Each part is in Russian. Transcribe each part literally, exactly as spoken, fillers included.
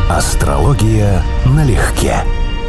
Астрология налегке.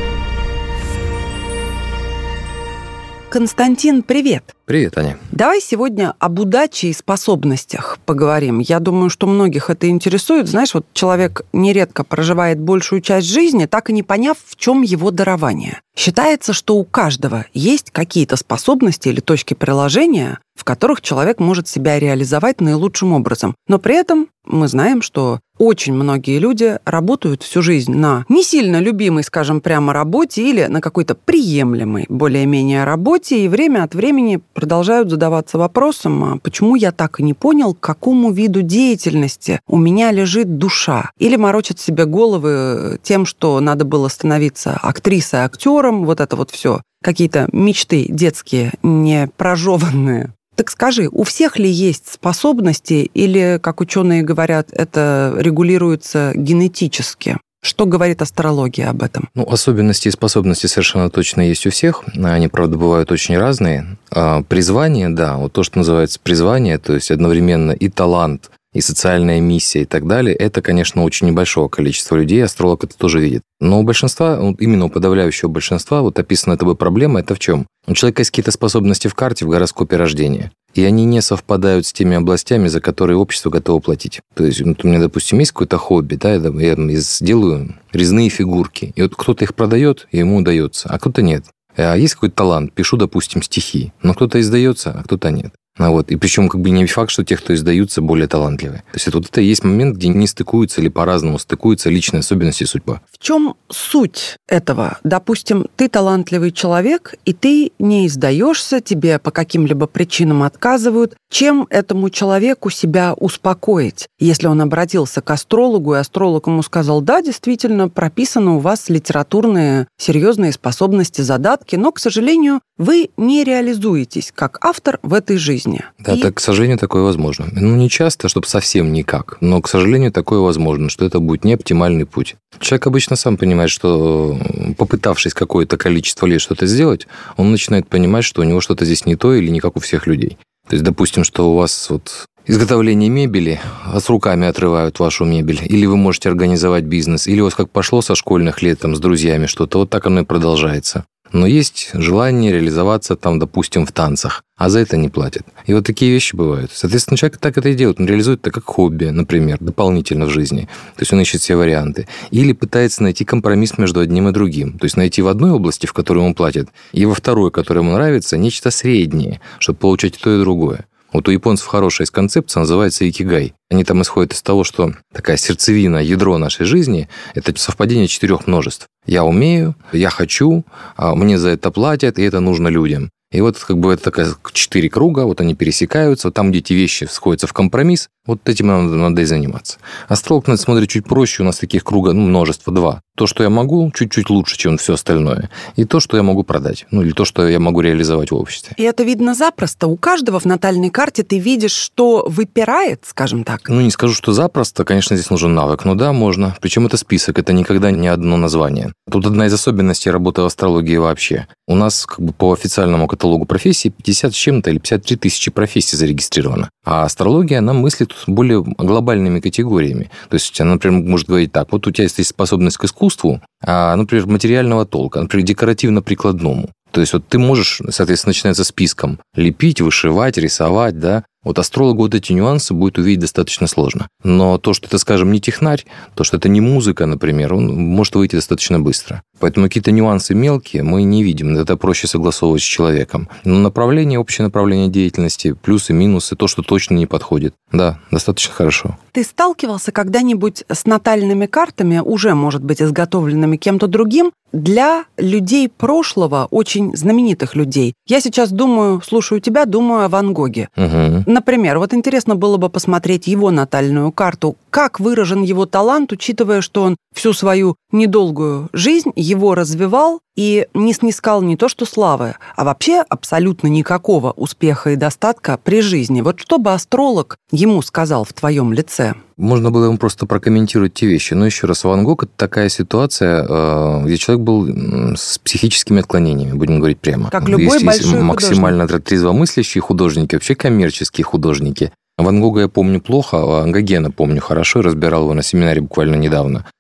Константин, привет. Привет, Аня. Давай сегодня об удаче и способностях поговорим. Я думаю, что многих это интересует. Знаешь, вот человек нередко проживает большую часть жизни, так и не поняв, в чем его дарование. Считается, что у каждого есть какие-то способности или точки приложения, в которых человек может себя реализовать наилучшим образом. Но при этом мы знаем, что очень многие люди работают всю жизнь на не сильно любимой, скажем, прямо работе или на какой-то приемлемой более-менее работе, и время от времени продолжают задаваться вопросом, а почему я так и не понял, к какому виду деятельности у меня лежит душа. Или морочат себе головы тем, что надо было становиться актрисой, актером, вот это вот все. Какие-то мечты детские, не прожеванные. Так скажи, у всех ли есть способности или, как ученые говорят, это регулируется генетически? Что говорит астрология об этом? Ну, особенности и способности совершенно точно есть у всех. Они, правда, бывают очень разные. А призвание, да, вот то, что называется призвание, то есть одновременно и талант, и социальная миссия и так далее, это, конечно, очень небольшого количества людей, астролог это тоже видит. Но у большинства, именно у подавляющего большинства, вот описанная тобой проблема, это в чем? У человека есть какие-то способности в карте, в гороскопе рождения, и они не совпадают с теми областями, за которые общество готово платить. То есть вот у меня, допустим, есть какое-то хобби, да, я делаю резные фигурки, и вот кто-то их продает, и ему удается, а кто-то нет. А есть какой-то талант, пишу, допустим, стихи, но кто-то издается, а кто-то нет. А вот. И причем как бы не факт, что те, кто издаются, более талантливые. То есть это, вот это и есть момент, где не стыкуются или по-разному стыкуются личные особенности и судьба. В чем суть этого? Допустим, ты талантливый человек, и ты не издаешься, тебе по каким-либо причинам отказывают. Чем этому человеку себя успокоить? Если он обратился к астрологу, и астролог ему сказал, да, действительно, прописаны у вас литературные серьезные способности, задатки, но, к сожалению, вы не реализуетесь как автор в этой жизни. Да, и... так, к сожалению, такое возможно. Ну, не часто, чтобы совсем никак, но, к сожалению, такое возможно, что это будет не оптимальный путь. Человек обычно сам понимает, что, попытавшись какое-то количество лет что-то сделать, он начинает понимать, что у него что-то здесь не то или не как у всех людей. То есть, допустим, что у вас вот изготовление мебели, а с руками отрывают вашу мебель, или вы можете организовать бизнес, или у вас как пошло со школьных лет там, с друзьями что-то, вот так оно и продолжается. Но есть желание реализоваться там, допустим, в танцах, а за это не платят. И вот такие вещи бывают. Соответственно, человек так это и делает. Он реализует это как хобби, например, дополнительно в жизни. То есть он ищет все варианты. Или пытается найти компромисс между одним и другим. То есть найти в одной области, в которой ему платят, и во второй, которая ему нравится, нечто среднее, чтобы получать и то, и другое. Вот у японцев хорошая есть концепция, называется икигай. Они там исходят из того, что такая сердцевина, ядро нашей жизни – это совпадение четырех множеств. Я умею, я хочу, мне за это платят, и это нужно людям. И вот как бы это такая четыре круга, вот они пересекаются, вот там, где эти вещи сходятся в компромисс, вот этим надо, надо и заниматься. Астролог на это смотрит чуть проще, у нас таких круга, ну, множество, два. То, что я могу, чуть-чуть лучше, чем все остальное. И то, что я могу продать, ну, или то, что я могу реализовать в обществе. И это видно запросто. У каждого в натальной карте ты видишь, что выпирает, скажем так. Ну, не скажу, что запросто, конечно, здесь нужен навык, но да, можно. Причем это список, это никогда не одно название. Тут одна из особенностей работы в астрологии вообще. У нас как бы по официальному каталогу профессий пятьдесят с чем-то или пятьдесят три тысячи профессий зарегистрировано. А астрология, она мыслит более глобальными категориями. То есть она, например, может говорить так, вот у тебя есть способность к искусству, а, например, материального толка, например, декоративно-прикладному. То есть вот ты можешь, соответственно, начинается списком лепить, вышивать, рисовать, да. Вот астрологу вот эти нюансы будет увидеть достаточно сложно. Но то, что это, скажем, не технарь, то, что это не музыка, например, он может выйти достаточно быстро. Поэтому какие-то нюансы мелкие мы не видим. Это проще согласовывать с человеком. Но направление, общее направление деятельности, плюсы, минусы, то, что точно не подходит. Да, достаточно хорошо. Ты сталкивался когда-нибудь с натальными картами, уже, может быть, изготовленными кем-то другим, для людей прошлого, очень знаменитых людей? Я сейчас думаю, слушаю тебя, думаю о Ван Гоге. Угу. Например, вот интересно было бы посмотреть его натальную карту. Как выражен его талант, учитывая, что он всю свою недолгую жизнь его развивал и не снискал не то что славы, а вообще абсолютно никакого успеха и достатка при жизни. Вот что бы астролог ему сказал в твоем лице? Можно было ему просто прокомментировать те вещи. Но еще раз, Ван Гог – это такая ситуация, где человек был с психическими отклонениями, будем говорить прямо. Как любой есть, большой есть максимально художник. трезвомыслящие художники, вообще коммерческие художники. Ван Гога я помню плохо, а Гогена помню хорошо, разбирал его на семинаре буквально недавно.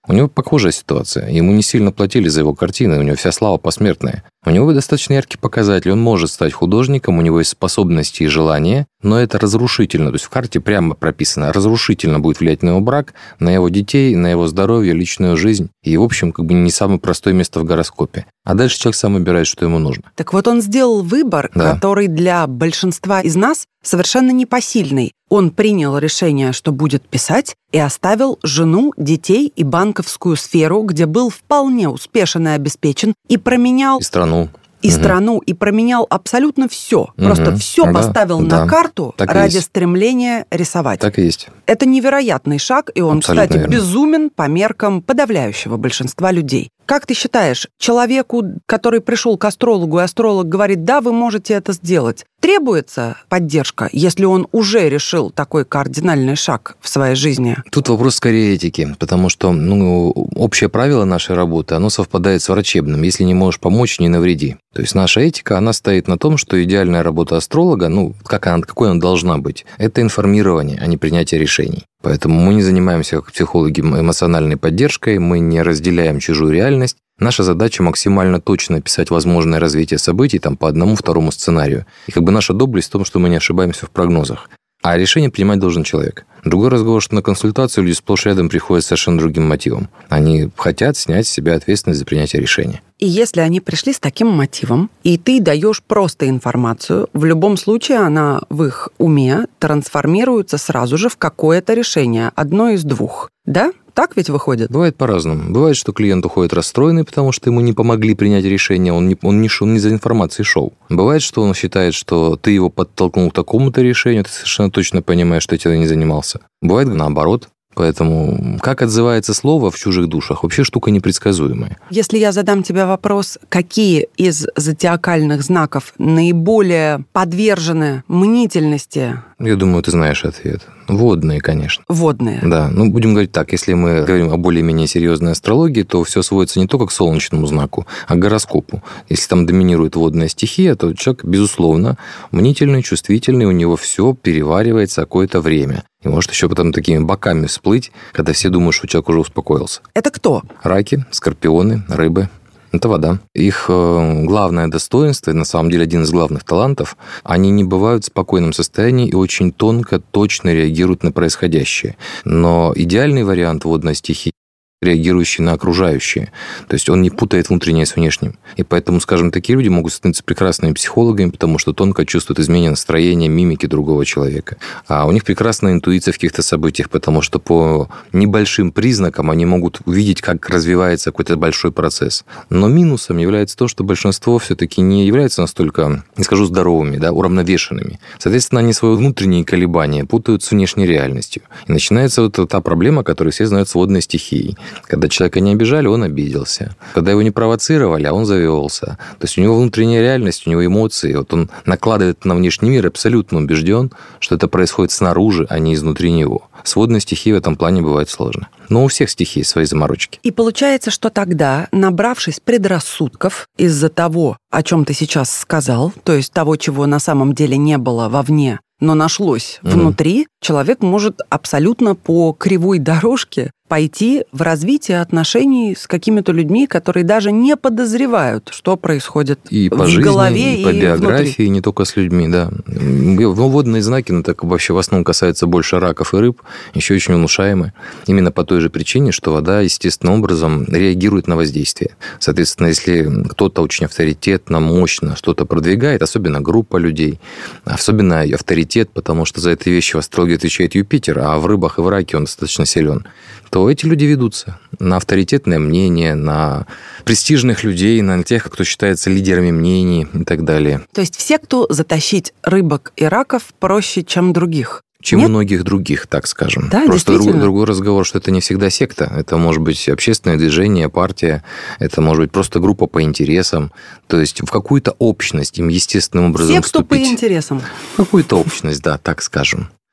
У него похожая ситуация. Ему не сильно платили за его картины, у него вся слава посмертная. У него достаточно яркий показатель. Он может стать художником, у него есть способности и желания, но это разрушительно. То есть в карте прямо прописано, разрушительно будет влиять на его брак, на его детей, на его здоровье, личную жизнь. И, в общем, как бы не самое простое место в гороскопе. А дальше человек сам выбирает, что ему нужно. Так вот он сделал выбор, да. который для большинства из нас совершенно непосильный. Он принял решение, что будет писать, и оставил жену, детей и банковскую сферу, где был вполне успешен и обеспечен, и променял... И страну. И угу. страну, и променял абсолютно все. Угу. Просто все да, поставил да. на карту так ради стремления рисовать. Так и есть. Это невероятный шаг, и он, Абсолютно кстати, верно. безумен по меркам подавляющего большинства людей. Как ты считаешь, человеку, который пришел к астрологу, и астролог говорит, да, вы можете это сделать, требуется поддержка, если он уже решил такой кардинальный шаг в своей жизни? Тут вопрос скорее этики, потому что ну, общее правило нашей работы, оно совпадает с врачебным. Если не можешь помочь, не навреди. То есть наша этика, она стоит на том, что идеальная работа астролога, ну, как она, какой она должна быть, это информирование, а не принятие решений. Поэтому мы не занимаемся, как психологи, эмоциональной поддержкой, мы не разделяем чужую реальность. Наша задача максимально точно описать возможное развитие событий там, по одному, второму сценарию. И как бы наша доблесть в том, что мы не ошибаемся в прогнозах. А решение принимать должен человек. Другой разговор, что на консультацию люди сплошь рядом приходят с совершенно другим мотивом. Они хотят снять с себя ответственность за принятие решения. И если они пришли с таким мотивом, и ты даешь просто информацию, в любом случае она в их уме трансформируется сразу же в какое-то решение, одно из двух. Да? Так ведь выходит? Бывает по-разному. Бывает, что клиент уходит расстроенный, потому что ему не помогли принять решение, он не, он не, шел, не за информацией шел. Бывает, что он считает, что ты его подтолкнул к такому-то решению, ты совершенно точно понимаешь, что этим не занимался. Бывает наоборот. Поэтому как отзывается слово в чужих душах, вообще штука непредсказуемая. Если я задам тебе вопрос, какие из зодиакальных знаков наиболее подвержены мнительности? Я думаю, ты знаешь ответ. Водные, конечно. Водные. Да, ну будем говорить так, если мы говорим о более-менее серьезной астрологии, то все сводится не только к солнечному знаку, а к гороскопу. Если там доминирует водная стихия, то человек, безусловно, мнительный, чувствительный, у него все переваривается какое-то время. И может еще потом такими боками всплыть, когда все думают, что человек уже успокоился. Это кто? Раки, скорпионы, рыбы. Это вода. Их главное достоинство, на самом деле один из главных талантов, они не бывают в спокойном состоянии и очень тонко, точно реагируют на происходящее. Но идеальный вариант водной стихии, реагирующий на окружающее. То есть он не путает внутреннее с внешним. И поэтому, скажем, такие люди могут становиться прекрасными психологами, потому что тонко чувствуют изменение настроения, мимики другого человека. А у них прекрасная интуиция в каких-то событиях, потому что по небольшим признакам они могут увидеть, как развивается какой-то большой процесс. Но минусом является то, что большинство все-таки не являются настолько, не скажу здоровыми, да, уравновешенными. Соответственно, они свои внутренние колебания путают с внешней реальностью. И начинается вот та проблема, которую все знают с водной стихией. Когда человека не обижали, он обиделся. Когда его не провоцировали, а он завелся. То есть у него внутренняя реальность, у него эмоции. Вот он накладывает на внешний мир, абсолютно убежден, что это происходит снаружи, а не изнутри него. С водной стихией в этом плане бывает сложно. Но у всех стихий свои заморочки. И получается, что тогда, набравшись предрассудков из-за того, о чем ты сейчас сказал, то есть того, чего на самом деле не было вовне, но нашлось mm-hmm. внутри, человек может абсолютно по кривой дорожке пойти в развитие отношений с какими-то людьми, которые даже не подозревают, что происходит и в по жизни, голове, и по и биографии, внутри. И не только с людьми, да. Ну, водные знаки, ну, так вообще в основном касаются больше раков и рыб, еще очень внушаемы. Именно по той же причине, что вода естественным образом реагирует на воздействие. Соответственно, если кто-то очень авторитетно, мощно что-то продвигает, особенно группа людей, особенно авторитет, потому что за эти вещи в астрологии отвечает Юпитер, а в рыбах и в раке он достаточно силен, то эти люди ведутся на авторитетное мнение, на престижных людей, на тех, кто считается лидерами мнений и так далее. То есть все, кто затащить рыбок и раков, проще, чем других? Чем Нет? многих других, так скажем. Да, Просто другой, другой разговор, что это не всегда секта. Это может быть общественное движение, партия, это может быть просто группа по интересам. То есть в какую-то общность им естественным образом все, кто вступить. по интересам. В какую-то общность, да, так скажем.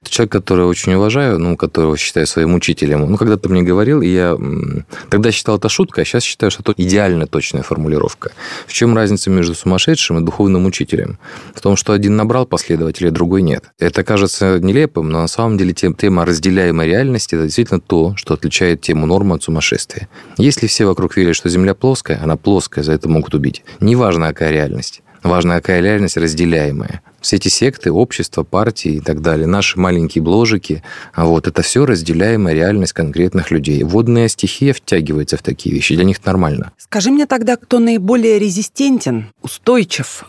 Человек, которого очень уважаю, ну, которого считаю своим учителем, ну, когда-то мне говорил, и я тогда считал это шуткой, а сейчас считаю, что это идеально точная формулировка. В чем разница между сумасшедшим и духовным учителем? В том, что один набрал последователей, а другой нет. Это кажется нелепым, но на самом деле тема разделяемой реальности – это действительно то, что отличает тему нормы от сумасшествия. Если все вокруг верят, что Земля плоская, она плоская, за это могут убить. Неважно, какая реальность. Важна какая реальность разделяемая. Все эти секты, общества, партии и так далее, наши маленькие бложики, а вот это все разделяемая реальность конкретных людей. Водная стихия втягивается в такие вещи, для них это нормально. Скажи мне тогда, кто наиболее резистентен, устойчив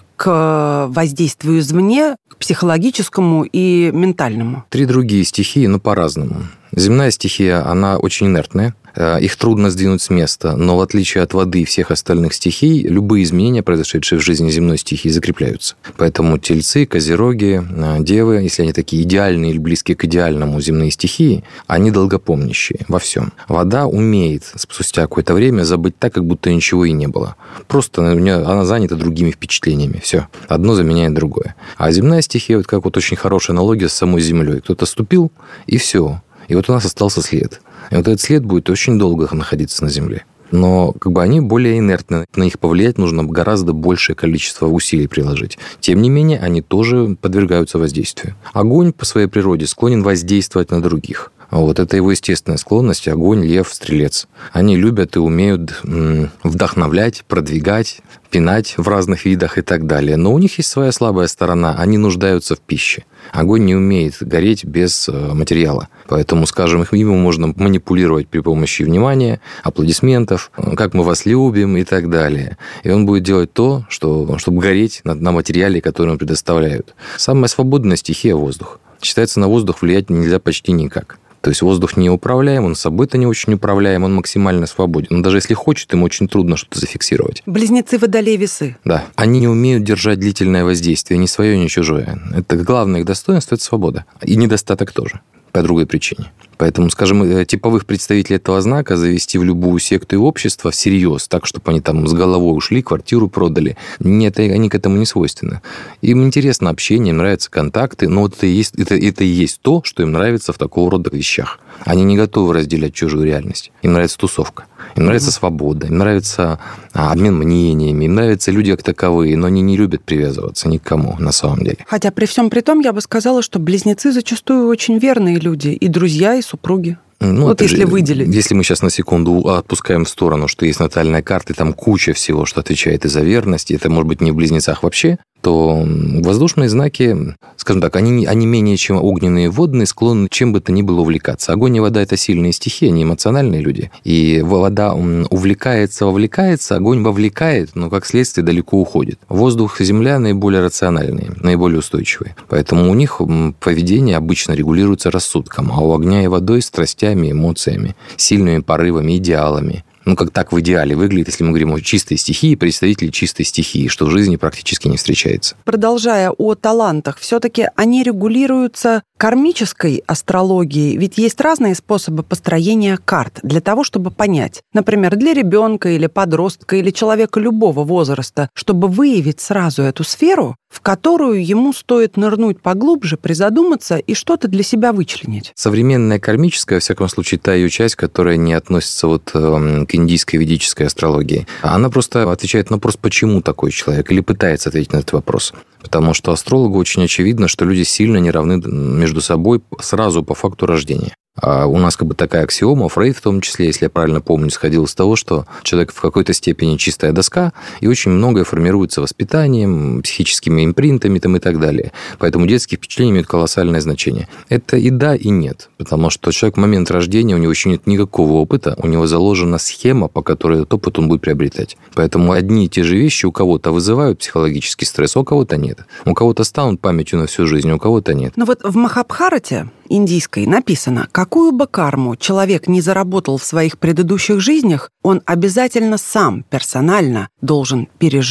к воздействию извне, к психологическому и ментальному? Три другие стихии, но по-разному. Земная стихия, она очень инертная. Их трудно сдвинуть с места, но в отличие от воды и всех остальных стихий, любые изменения, произошедшие в жизни земной стихии, закрепляются. Поэтому тельцы, козероги, девы, если они такие идеальные или близкие к идеальному земные стихии, они долгопомнящие во всем. Вода умеет спустя какое-то время забыть так, как будто ничего и не было. Просто она занята другими впечатлениями. Все. Одно заменяет другое. А земная стихия, вот как вот очень хорошая аналогия с самой землей. Кто-то ступил, и все. И вот у нас остался след. И вот этот след будет очень долго находиться на Земле. Но как бы они более инертны. На них повлиять нужно гораздо большее количество усилий приложить. Тем не менее, они тоже подвергаются воздействию. Огонь по своей природе склонен воздействовать на других. Вот это его естественная склонность. Огонь, лев, стрелец. Они любят и умеют вдохновлять, продвигать, пинать в разных видах и так далее. Но у них есть своя слабая сторона. Они нуждаются в пище. Огонь не умеет гореть без материала. Поэтому, скажем, ему можно манипулировать при помощи внимания, аплодисментов, как мы вас любим и так далее. И он будет делать то, что, чтобы гореть на, на материале, который ему предоставляют. Самая свободная стихия – воздух. Считается, на воздух влиять нельзя почти никак. То есть воздух не управляем, он собой-то не очень управляем, он максимально свободен. Но даже если хочет, ему очень трудно что-то зафиксировать. Близнецы Водолей-Весы. Да. Они не умеют держать длительное воздействие, ни свое, ни чужое. Это главное их достоинство – это свобода. И недостаток тоже, по другой причине. Поэтому, скажем, типовых представителей этого знака завести в любую секту и общество всерьез, так, чтобы они там с головой ушли, квартиру продали. Нет, они к этому не свойственны. Им интересно общение, им нравятся контакты, но вот это и есть, это, это и есть то, что им нравится в такого рода вещах. Они не готовы разделять чужую реальность. Им нравится тусовка, им нравится свобода, им нравится обмен мнениями, им нравятся люди как таковые, но они не любят привязываться ни к кому на самом деле. Хотя при всем при том, я бы сказала, что близнецы зачастую очень верные люди, и друзья, и супруги. Ну, вот если же, выделить. Если мы сейчас на секунду отпускаем в сторону, что есть натальная карта, и там куча всего, что отвечает и за верность, и это может быть не в близнецах вообще, то воздушные знаки, скажем так, они, они менее чем огненные и водные, склонны чем бы то ни было увлекаться. Огонь и вода – это сильные стихии, они эмоциональные люди. И вода увлекается, вовлекается, огонь вовлекает, но как следствие далеко уходит. Воздух и земля наиболее рациональные, наиболее устойчивые. Поэтому у них поведение обычно регулируется рассудком, а у огня и водой – страстями, эмоциями, сильными порывами, идеалами. Ну, как так в идеале выглядит, если мы говорим о чистой стихии, представители чистой стихии, что в жизни практически не встречается. Продолжая о талантах, все-таки они регулируются кармической астрологией, ведь есть разные способы построения карт для того, чтобы понять, например, для ребенка или подростка или человека любого возраста, чтобы выявить сразу эту сферу, в которую ему стоит нырнуть поглубже, призадуматься и что-то для себя вычленить. Современная кармическая, во всяком случае, та ее часть, которая не относится вот к индийской ведической астрологии, она просто отвечает на вопрос, почему такой человек, или пытается ответить на этот вопрос. Потому что астрологу очень очевидно, что люди сильно не равны между собой сразу по факту рождения. А у нас как бы такая аксиома, Фрейд в том числе, если я правильно помню, исходил из того, что человек в какой-то степени чистая доска, и очень многое формируется воспитанием, психическими импринтами там, и так далее. Поэтому детские впечатления имеют колоссальное значение. Это и да, и нет. Потому что человек в момент рождения, у него еще нет никакого опыта, у него заложена схема, по которой этот опыт он будет приобретать. Поэтому одни и те же вещи у кого-то вызывают психологический стресс, а у кого-то нет. У кого-то станут памятью на всю жизнь, у кого-то нет. Но вот в Махабхарате индийской написано, какую бы карму человек не заработал в своих предыдущих жизнях, он обязательно сам персонально должен пережить,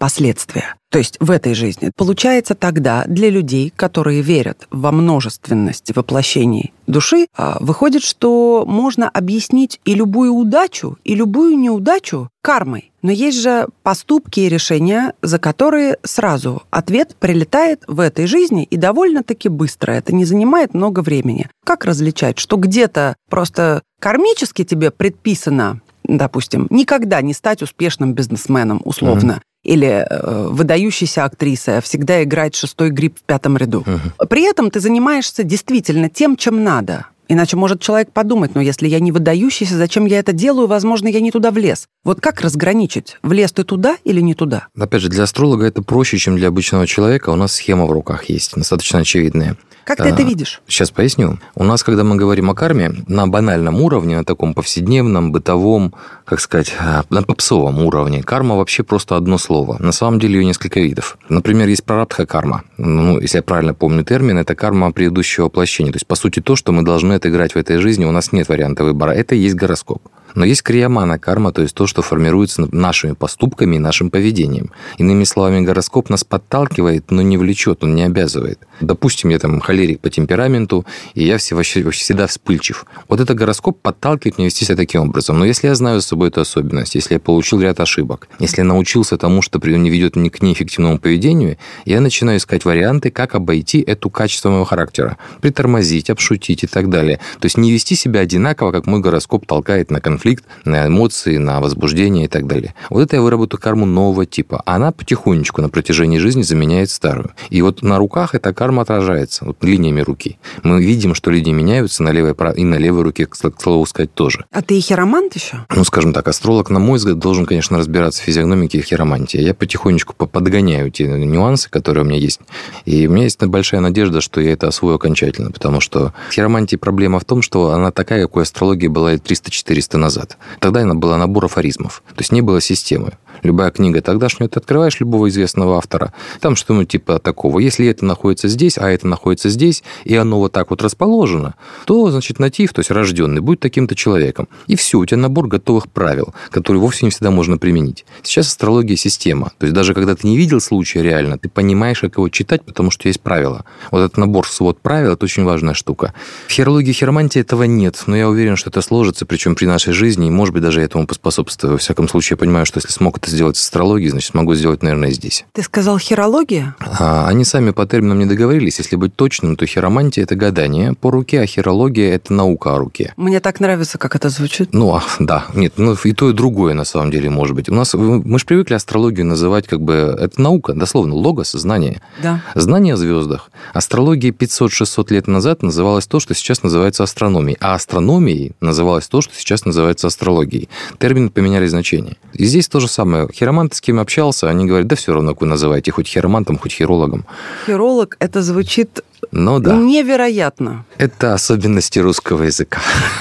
последствия. То есть в этой жизни. Получается тогда для людей, которые верят во множественность воплощений души, выходит, что можно объяснить и любую удачу, и любую неудачу кармой. Но есть же поступки и решения, за которые сразу ответ прилетает в этой жизни и довольно-таки быстро. Это не занимает много времени. Как различать, что где-то просто кармически тебе предписано, допустим, никогда не стать успешным бизнесменом, условно, mm-hmm. или э, выдающейся актрисой, а всегда играть шестой гриб в пятом ряду. Mm-hmm. При этом ты занимаешься действительно тем, чем надо. Иначе может человек подумать, ну, если я не выдающийся, зачем я это делаю? Возможно, я не туда влез. Вот как разграничить? Влез ты туда или не туда? Опять же, для астролога это проще, чем для обычного человека. У нас схема в руках есть, достаточно очевидная. Как ты а, это видишь? Сейчас поясню. У нас, когда мы говорим о карме, на банальном уровне, на таком повседневном, бытовом, как сказать, на попсовом уровне, карма вообще просто одно слово. На самом деле ее несколько видов. Например, есть прарабдха карма. Ну, если я правильно помню термин, это карма предыдущего воплощения. То есть, по сути, то, что мы должны отыграть в этой жизни, у нас нет варианта выбора. Это и есть гороскоп. Но есть криямана карма, то есть то, что формируется нашими поступками и нашим поведением. Иными словами, гороскоп нас подталкивает, но не влечет, он не обязывает. Допустим, я там холерик по темпераменту, и я всегда вспыльчив. Вот этот гороскоп подталкивает меня вести себя таким образом. Но если я знаю за собой эту особенность, если я получил ряд ошибок, если я научился тому, что не ведет к неэффективному поведению, я начинаю искать варианты, как обойти это качество моего характера. Притормозить, обшутить и так далее. То есть не вести себя одинаково, как мой гороскоп толкает на конфликт, на эмоции, на возбуждение и так далее. Вот это я выработаю карму нового типа. Она потихонечку на протяжении жизни заменяет старую. И вот на руках эта карма отражается, вот линиями руки. Мы видим, что линии меняются на левой и на левой руке, к слову сказать, тоже. А ты и хиромант еще? Ну, скажем так, астролог, на мой взгляд, должен, конечно, разбираться в физиогномике и хиромантии. Я потихонечку подгоняю те нюансы, которые у меня есть. И у меня есть большая надежда, что я это освою окончательно, потому что в хиромантии проблема в том, что она такая, какой астрология была триста-четыреста назад. Тогда она была набор афоризмов, то есть не было системы. Любая книга тогдашняя, ты открываешь любого известного автора, там что-нибудь типа такого. Если это находится здесь, а это находится здесь, и оно вот так вот расположено, то, значит, натив, то есть рожденный, будет таким-то человеком. И все, у тебя набор готовых правил, которые вовсе не всегда можно применить. Сейчас астрология – система. То есть даже когда ты не видел случая реально, ты понимаешь, как его читать, потому что есть правила. Вот этот набор, свод правил – это очень важная штука. В хирологии и хиромантии этого нет, но я уверен, что это сложится, причем при нашей жизни, и, может быть, даже я этому поспособствую. Во всяком случае, я понимаю, что если смог это сделать с астрологией, значит, смогу сделать, наверное, и здесь. Ты сказал хирология? А, они сами по терминам не договорились. Если быть точным, то хиромантия – это гадание по руке, а хирология – это наука о руке. Мне так нравится, как это звучит. Ну, да. Нет, ну и то, и другое, на самом деле, может быть. У нас, мы же привыкли астрологию называть как бы... Это наука, дословно, логос, знание. Да. Знание о звездах. Астрология пятьсот-шестьсот лет назад называлась то, что сейчас называется астрономией. А астрономией называлось то, что сейчас называется астрологией. Термины поменяли значение. И здесь то же самое. Хироманты, с кем общался, они говорят, да все равно, как вы называете, хоть хиромантом, хоть хирологом. Хиролог, это звучит ну, да. невероятно. Это особенности русского языка.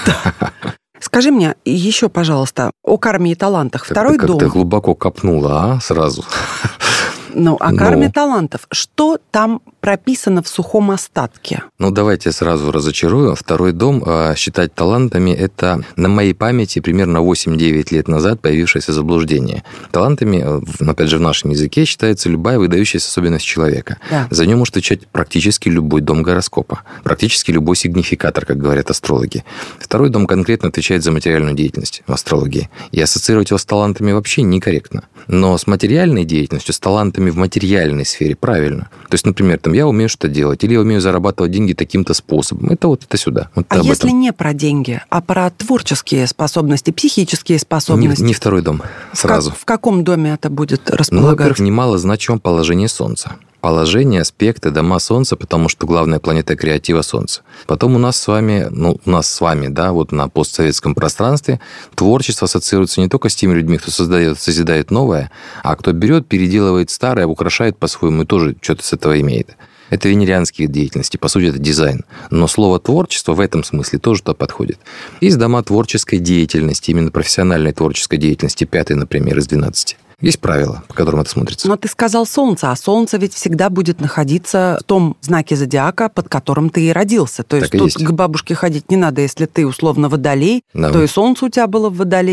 Скажи мне еще, пожалуйста, о карме и талантах. Как Второй ты, дом. Как ты глубоко копнула, а, сразу. Ну, о карме Но... талантов. Что там прописано в сухом остатке? Ну, давайте сразу разочарую. Второй дом считать талантами – это на моей памяти примерно восемь-девять лет назад появившееся заблуждение. Талантами, опять же, в нашем языке считается любая выдающаяся особенность человека. Да. За нее может отвечать практически любой дом гороскопа, практически любой сигнификатор, как говорят астрологи. Второй дом конкретно отвечает за материальную деятельность в астрологии. И ассоциировать его с талантами вообще некорректно. Но с материальной деятельностью, с талантами в материальной сфере правильно. То есть, например, там, я умею что-то делать, или я умею зарабатывать деньги таким-то способом. Это вот это сюда. Вот а если этом. Не про деньги, а про творческие способности, психические способности? Не, не второй дом, сразу. В, как, в каком доме это будет располагаться? Ну, во-первых, немало значим положение Солнца. Положение, аспекты, дома Солнца, потому что главная планета креатива Солнце. Потом у нас с вами, ну, у нас с вами, да, вот на постсоветском пространстве творчество ассоциируется не только с теми людьми, кто создает, созидает новое, а кто берет, переделывает старое, украшает по-своему и тоже что-то с этого имеет. Это венерианские деятельности, по сути, это дизайн. Но слово «творчество» в этом смысле тоже туда подходит. Есть дома творческой деятельности, именно профессиональной творческой деятельности, пятый, например, из двенадцати. Есть правила, по которым это смотрится. Но ты сказал Солнце, а Солнце ведь всегда будет находиться в том знаке зодиака, под которым ты и родился. То есть так тут есть. К бабушке ходить не надо. Если ты условно Водолей, да. То и Солнце у тебя было в Водолее,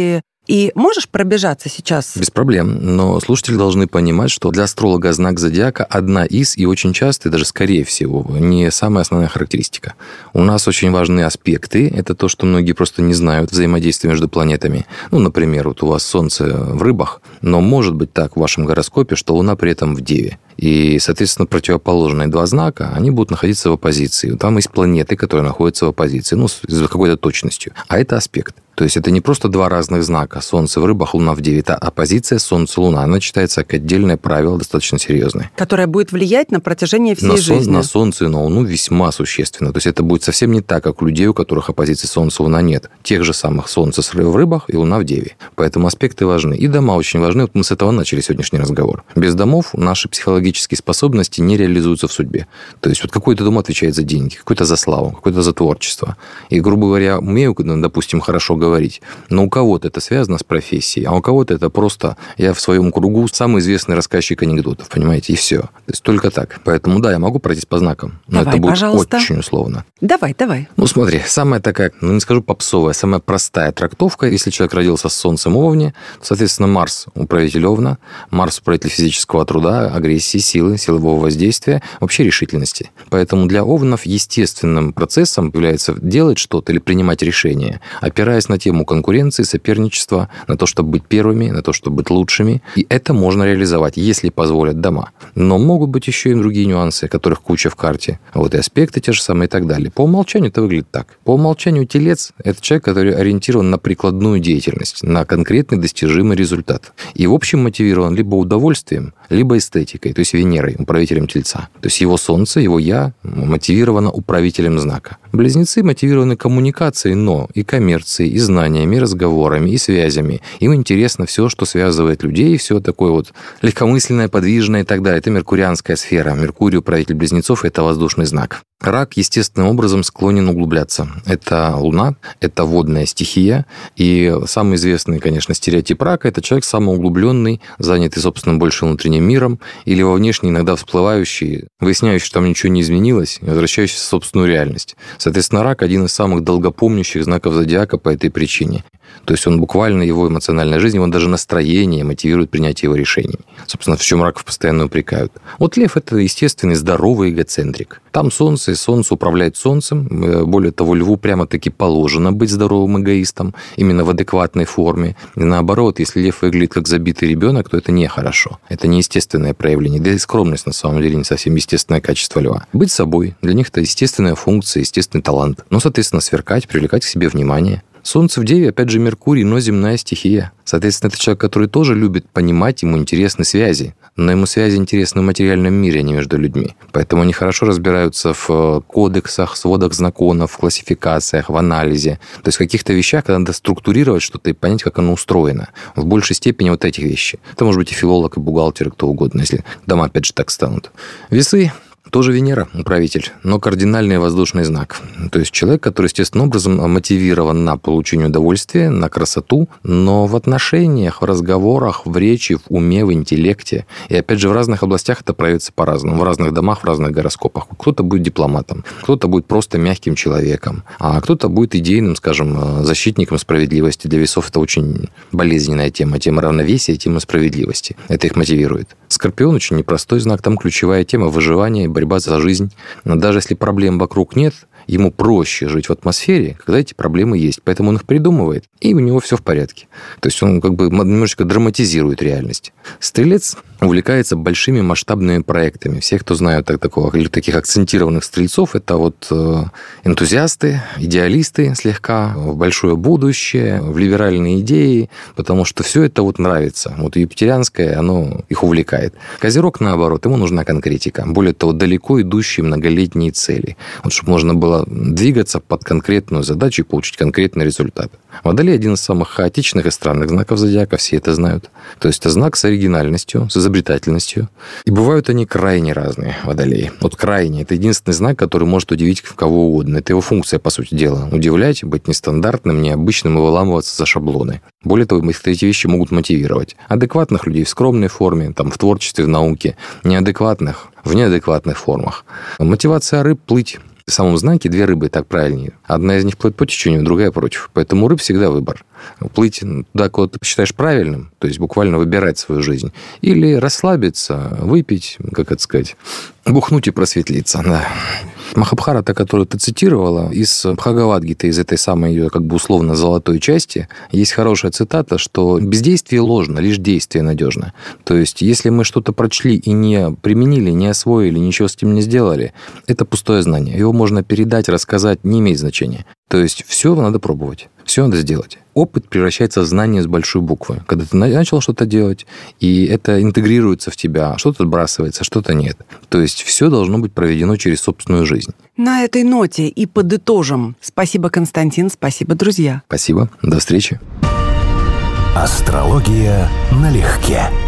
И можешь пробежаться сейчас? Без проблем. Но слушатели должны понимать, что для астролога знак зодиака одна из, и очень часто, и даже скорее всего, не самая основная характеристика. У нас очень важны аспекты. Это то, что многие просто не знают, взаимодействие между планетами. Ну, например, вот у вас Солнце в Рыбах, но может быть так в вашем гороскопе, что Луна при этом в Деве. И, соответственно, противоположные два знака, они будут находиться в оппозиции. Там есть планеты, которые находятся в оппозиции, ну, с какой-то точностью. А это аспект. То есть это не просто два разных знака. Солнце в Рыбах, Луна в Деве. Это оппозиция Солнце-Луна. Она считается как отдельное правило, достаточно серьезное. Которое будет влиять на протяжении всей на жизни. Сон, на Солнце и на Луну весьма существенно. То есть это будет совсем не так, как у людей, у которых оппозиции Солнце-Луна нет. Тех же самых Солнце в Рыбах и Луна в Деве. Поэтому аспекты важны. И дома очень важны. Вот мы с этого начали сегодняшний разговор. Без домов наши психологические способности не реализуются в судьбе. То есть вот какой-то дом отвечает за деньги, какой-то за славу, какой-то за творчество. И, грубо говоря, умею, допустим, хорошо говорить, но у кого-то это связано с профессией, а у кого-то это просто я в своем кругу самый известный рассказчик анекдотов, понимаете, и все. То есть только так. Поэтому да, я могу пройтись по знакам, но давай, это будет пожалуйста. Очень условно. Давай, давай. Ну, смотри, самая такая, ну, не скажу попсовая, самая простая трактовка, если человек родился с Солнцем в Овне, соответственно, Марс – управитель Овна, Марс – управитель физического труда, агрессии, силы, силового воздействия, вообще решительности. Поэтому для Овнов естественным процессом является делать что-то или принимать решения, опираясь на тему конкуренции, соперничества, на то, чтобы быть первыми, на то, чтобы быть лучшими. И это можно реализовать, если позволят дома. Но могут быть еще и другие нюансы, которых куча в карте. Вот и аспекты те же самые и так далее. По умолчанию это выглядит так. По умолчанию Телец – это человек, который ориентирован на прикладную деятельность, на конкретный достижимый результат. И, в общем, мотивирован либо удовольствием, либо эстетикой, то есть Венерой, управителем Тельца. То есть его Солнце, его Я мотивировано управителем знака. Близнецы мотивированы коммуникацией, но и коммерцией, и знаниями, и разговорами, и связями. Им интересно все, что связывает людей, все такое вот легкомысленное, подвижное и так далее. Это меркурианская сфера. Меркурий, управитель близнецов, это воздушный знак. Рак естественным образом склонен углубляться. Это Луна, это водная стихия. И самый известный, конечно, стереотип рака – это человек самоуглубленный, занятый, собственно, больше внутренним миром, или во внешне иногда всплывающий, выясняющий, что там ничего не изменилось, и возвращающийся в собственную реальность. Соответственно, рак – один из самых долгопомнящих знаков зодиака по этой причине. То есть он буквально, его эмоциональная жизнь, он даже настроение мотивирует принятие его решений. Собственно, в чем раков постоянно упрекают. Вот лев – это естественный здоровый эгоцентрик. Там Солнце, и Солнце управляет Солнцем. Более того, льву прямо-таки положено быть здоровым эгоистом, именно в адекватной форме. И наоборот, если лев выглядит как забитый ребенок, то это нехорошо. Это неестественное проявление. Да и скромность, на самом деле, не совсем естественное качество льва. Быть собой. Для них это естественная функция, естественный талант. Но, соответственно, сверкать, привлекать к себе внимание. Солнце в Деве, опять же, Меркурий, но земная стихия. Соответственно, это человек, который тоже любит понимать, ему интересны связи. Но ему связи интересны в материальном мире, а не между людьми. Поэтому они хорошо разбираются в кодексах, сводах законов, в классификациях, в анализе. То есть в каких-то вещах, когда надо структурировать что-то и понять, как оно устроено. В большей степени вот этих вещей. Это может быть и филолог, и бухгалтер, и кто угодно, если дома, опять же, так станут. Весы. Тоже Венера, управитель, но кардинальный воздушный знак. То есть человек, который естественным образом мотивирован на получение удовольствия, на красоту, но в отношениях, в разговорах, в речи, в уме, в интеллекте. И опять же, в разных областях это проявится по-разному. В разных домах, в разных гороскопах. Кто-то будет дипломатом, кто-то будет просто мягким человеком, а кто-то будет идейным, скажем, защитником справедливости. Для весов это очень болезненная тема. Тема равновесия, тема справедливости. Это их мотивирует. Скорпион очень непростой знак. Там ключевая тема выживания, борьба за жизнь. Но даже если проблем вокруг нет, ему проще жить в атмосфере, когда эти проблемы есть. Поэтому он их придумывает, и у него все в порядке. То есть он как бы немножечко драматизирует реальность. Стрелец увлекается большими масштабными проектами. Все, кто знают так, такого, таких акцентированных стрельцов, это вот энтузиасты, идеалисты слегка, в большое будущее, в либеральные идеи, потому что все это вот нравится. Вот юпитерианское, оно их увлекает. Козерог, наоборот, ему нужна конкретика. Более того, далеко идущие многолетние цели. Вот чтобы можно было двигаться под конкретную задачу и получить конкретный результат. Водолей – один из самых хаотичных и странных знаков зодиака, все это знают. То есть это знак с оригинальностью, с изобретательностью. И бывают они крайне разные, водолеи. Вот крайне – это единственный знак, который может удивить кого угодно. Это его функция, по сути дела. Удивлять, быть нестандартным, необычным и выламываться за шаблоны. Более того, эти вещи могут мотивировать. Адекватных людей в скромной форме, там, в творчестве, в науке. Неадекватных в неадекватных формах. Мотивация рыб – плыть. В самом знаке две рыбы, так правильнее. Одна из них плывет по течению, другая против. Поэтому у рыб всегда выбор. Плыть туда, куда ты считаешь правильным, то есть буквально выбирать свою жизнь, или расслабиться, выпить, как это сказать, бухнуть и просветлиться, да. Махабхарата, которую ты цитировала, из Бхагавад-гиты, из этой самой ее как бы условно золотой части, есть хорошая цитата, что бездействие ложно, лишь действие надежно. То есть, если мы что-то прочли и не применили, не освоили, ничего с этим не сделали, это пустое знание. Его можно передать, рассказать, не имеет значения. То есть, все надо пробовать, все надо сделать. Опыт превращается в знание с большой буквы. Когда ты начал что-то делать, и это интегрируется в тебя, что-то отбрасывается, что-то нет. То есть все должно быть проведено через собственную жизнь. На этой ноте и подытожим. Спасибо, Константин, спасибо, друзья. Спасибо, до встречи. Астрология налегке.